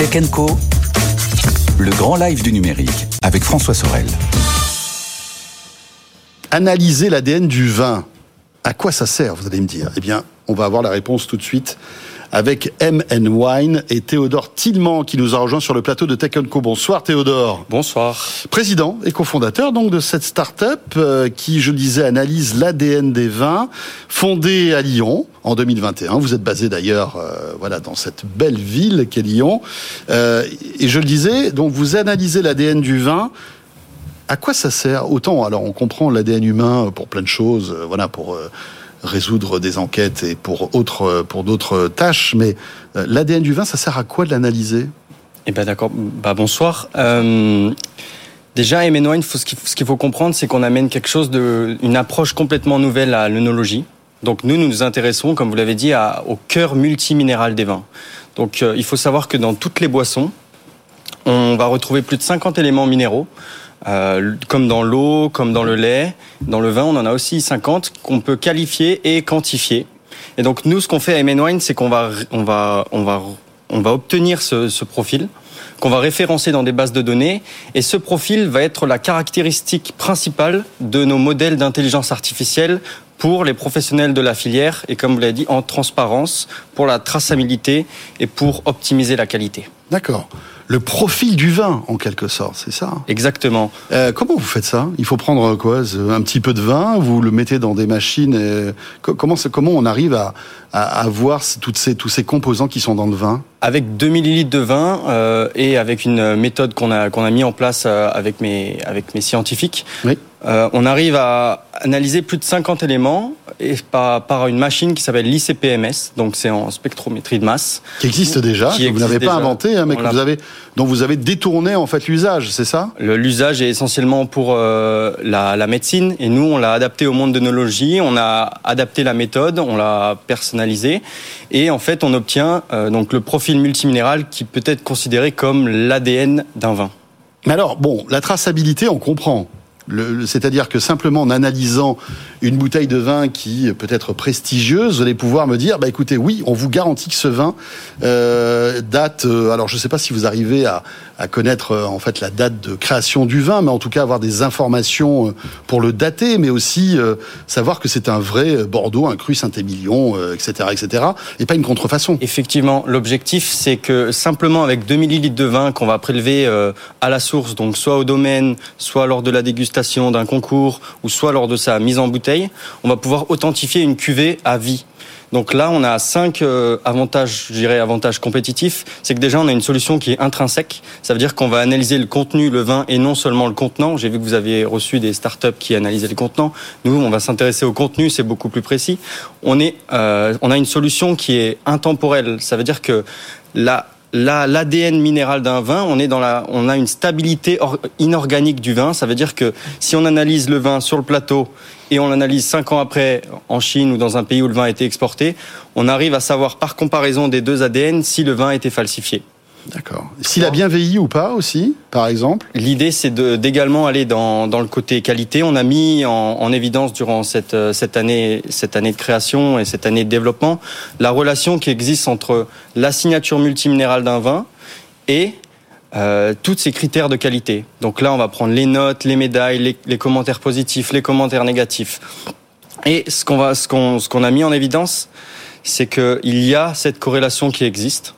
Tech & Co, le grand live du numérique avec François Sorel. Analyser l'ADN du vin, à quoi ça sert, vous allez me dire ? Eh bien, on va avoir la réponse tout de suite avec M&W Wine et Théodore Tillemans qui nous a rejoint sur le plateau de Tech & Co. Bonsoir Théodore. Bonsoir. Président et cofondateur donc de cette start-up qui, je le disais, analyse l'ADN des vins, fondée à Lyon en 2021. Vous êtes basé d'ailleurs dans cette belle ville qu'est Lyon. Et je le disais, donc vous analysez l'ADN du vin. À quoi ça sert ? Autant, alors on comprend l'ADN humain pour plein de choses, pour résoudre des enquêtes et pour d'autres tâches, mais l'ADN du vin, ça sert à quoi de l'analyser ? Eh ben d'accord. Bonsoir. Déjà, M&W Wine, ce qu'il faut comprendre, c'est qu'on amène une approche complètement nouvelle à l'œnologie. Donc nous nous intéressons, comme vous l'avez dit, au cœur multiminéral des vins. Donc il faut savoir que dans toutes les boissons, on va retrouver plus de 50 éléments minéraux. Comme dans l'eau, comme dans le lait, dans le vin, on en a aussi 50 qu'on peut qualifier et quantifier. Et donc nous, ce qu'on fait à M&W Wine, c'est qu'on va obtenir ce profil, qu'on va référencer dans des bases de données, et ce profil va être la caractéristique principale de nos modèles d'intelligence artificielle pour les professionnels de la filière, et comme vous l'avez dit, en transparence, pour la traçabilité et pour optimiser la qualité. D'accord. Le profil du vin, en quelque sorte, c'est ça ? Exactement. Comment vous faites ça ? Il faut prendre quoi ? Un petit peu de vin, vous le mettez dans des machines. Comment on arrive à voir tous ces composants qui sont dans le vin ? Avec 2 millilitres de vin et avec une méthode qu'on a mis en place avec mes scientifiques, oui. On arrive à analyser plus de 50 éléments et par une machine qui s'appelle l'ICP-MS, donc c'est en spectrométrie de masse. Qui existe déjà, que vous n'avez pas inventé, mais dont vous avez détourné en fait l'usage, c'est ça ? L'usage est essentiellement pour la médecine, et nous on l'a adapté au monde de l'œnologie, on a adapté la méthode, on l'a personnalisé, et en fait on obtient donc le profil multiminéral qui peut être considéré comme l'ADN d'un vin. Mais alors, la traçabilité, on comprend. C'est-à-dire que simplement en analysant une bouteille de vin qui peut être prestigieuse, vous allez pouvoir me dire, écoutez, oui, on vous garantit que ce vin date. Alors, je ne sais pas si vous arrivez à connaître en fait la date de création du vin, mais en tout cas avoir des informations pour le dater, mais aussi savoir que c'est un vrai Bordeaux, un cru Saint-Émilion, etc., et pas une contrefaçon. Effectivement, l'objectif, c'est que simplement avec 2 millilitres de vin qu'on va prélever à la source, donc soit au domaine, soit lors de la dégustation d'un concours, ou soit lors de sa mise en bouteille, on va pouvoir authentifier une cuvée à vie. Donc là, on a 5 avantages compétitifs. C'est que déjà, on a une solution qui est intrinsèque. Ça veut dire qu'on va analyser le contenu, le vin, et non seulement le contenant. J'ai vu que vous aviez reçu des startups qui analysaient le contenant. Nous, on va s'intéresser au contenu, c'est beaucoup plus précis. On a une solution qui est intemporelle. Ça veut dire que l'ADN minéral d'un vin, on a une stabilité inorganique du vin. Ça veut dire que si on analyse le vin sur le plateau et on l'analyse 5 ans après en Chine ou dans un pays où le vin a été exporté, on arrive à savoir par comparaison des deux ADN si le vin a été falsifié. D'accord. S'il a bien vieilli ou pas aussi, par exemple ? L'idée, c'est d'également aller dans le côté qualité. On a mis en évidence durant cette année de création et cette année de développement la relation qui existe entre la signature multiminérale d'un vin et tous ces critères de qualité. Donc là, on va prendre les notes, les médailles, les commentaires positifs, les commentaires négatifs. Et ce qu'on a mis en évidence, c'est qu'il y a cette corrélation qui existe.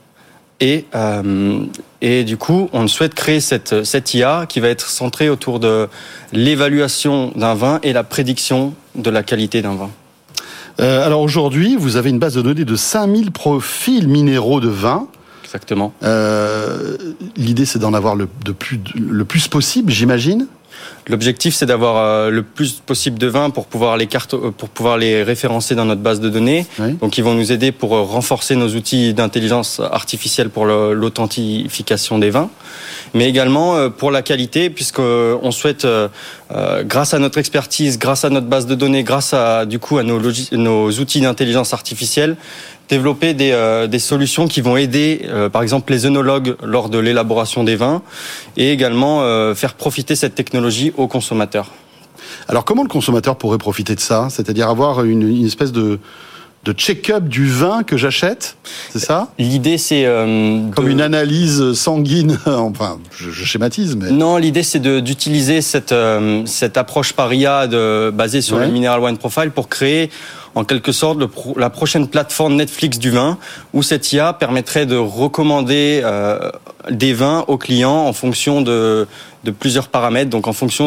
Et du coup, on souhaite créer cette IA qui va être centrée autour de l'évaluation d'un vin et la prédiction de la qualité d'un vin. Alors aujourd'hui, vous avez une base de données de 5000 profils minéraux de vin. Exactement. L'idée, c'est d'en avoir le plus possible, j'imagine. L'objectif, c'est d'avoir le plus possible de vins pour pouvoir les référencer dans notre base de données. Oui. Donc, ils vont nous aider pour renforcer nos outils d'intelligence artificielle pour l'authentification des vins, mais également pour la qualité, puisqu'on souhaite, grâce à notre expertise, grâce à notre base de données, grâce à nos outils d'intelligence artificielle, développer des solutions qui vont aider, par exemple, les œnologues lors de l'élaboration des vins, et également faire profiter cette technologie aux consommateurs. Alors, comment le consommateur pourrait profiter de ça ? C'est-à-dire avoir une espèce de check-up du vin que j'achète, c'est ça ? L'idée, c'est comme une analyse sanguine. Enfin, je schématise, mais non, l'idée c'est d'utiliser cette approche par IA basée sur le Mineral Wine Profile pour créer en quelque sorte la prochaine plateforme Netflix du vin, où cette IA permettrait de recommander des vins aux clients en fonction de plusieurs paramètres, donc en fonction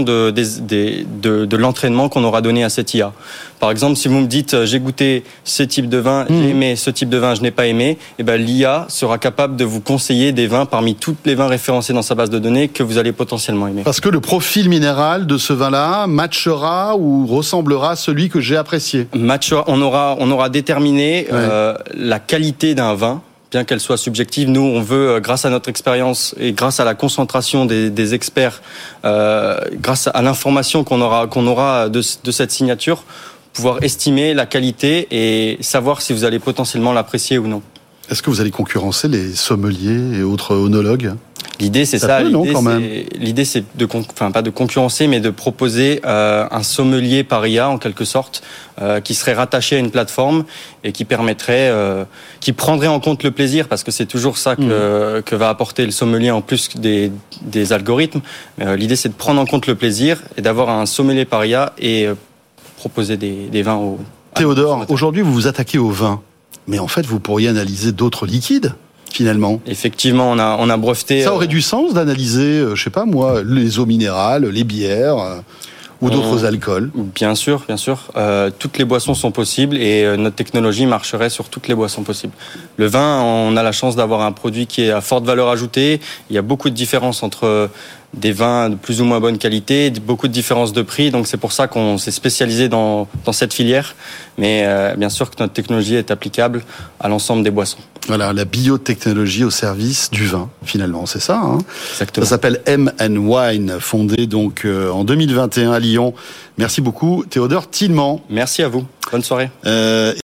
de l'entraînement qu'on aura donné à cette IA. Par exemple, si vous me dites j'ai goûté ce type de vin, j'ai aimé ce type de vin, je n'ai pas aimé, et ben l'IA sera capable de vous conseiller des vins parmi tous les vins référencés dans sa base de données que vous allez potentiellement aimer. Parce que le profil minéral de ce vin-là matchera ou ressemblera à celui que j'ai apprécié. On aura déterminé la qualité d'un vin. Bien qu'elle soit subjective, nous, on veut, grâce à notre expérience et grâce à la concentration des experts, grâce à l'information qu'on aura de cette signature, pouvoir estimer la qualité et savoir si vous allez potentiellement l'apprécier ou non. Est-ce que vous allez concurrencer les sommeliers et autres œnologues ? L'idée, c'est ça. L'idée, c'est pas de concurrencer, mais de proposer un sommelier par IA, en quelque sorte, qui serait rattaché à une plateforme et qui permettrait, qui prendrait en compte le plaisir, parce que c'est toujours ça que va apporter le sommelier en plus des algorithmes. L'idée, c'est de prendre en compte le plaisir et d'avoir un sommelier par IA et proposer des vins aux... Théodore, aujourd'hui, vous vous attaquez au vin. Mais en fait, vous pourriez analyser d'autres liquides, finalement. Effectivement, on a breveté... Ça aurait du sens d'analyser, je sais pas moi, les eaux minérales, les bières ou d'autres alcools. Bien sûr, bien sûr. Toutes les boissons sont possibles et notre technologie marcherait sur toutes les boissons possibles. Le vin, on a la chance d'avoir un produit qui est à forte valeur ajoutée. Il y a beaucoup de différences entre des vins de plus ou moins bonne qualité, beaucoup de différences de prix, donc c'est pour ça qu'on s'est spécialisé dans cette filière. Mais bien sûr que notre technologie est applicable à l'ensemble des boissons. Voilà, la biotechnologie au service du vin, finalement, c'est ça, hein ? Exactement. Ça s'appelle M&Wine, fondé donc en 2021 à Lyon. Merci beaucoup, Théodore Tillemans. Merci à vous. Bonne soirée.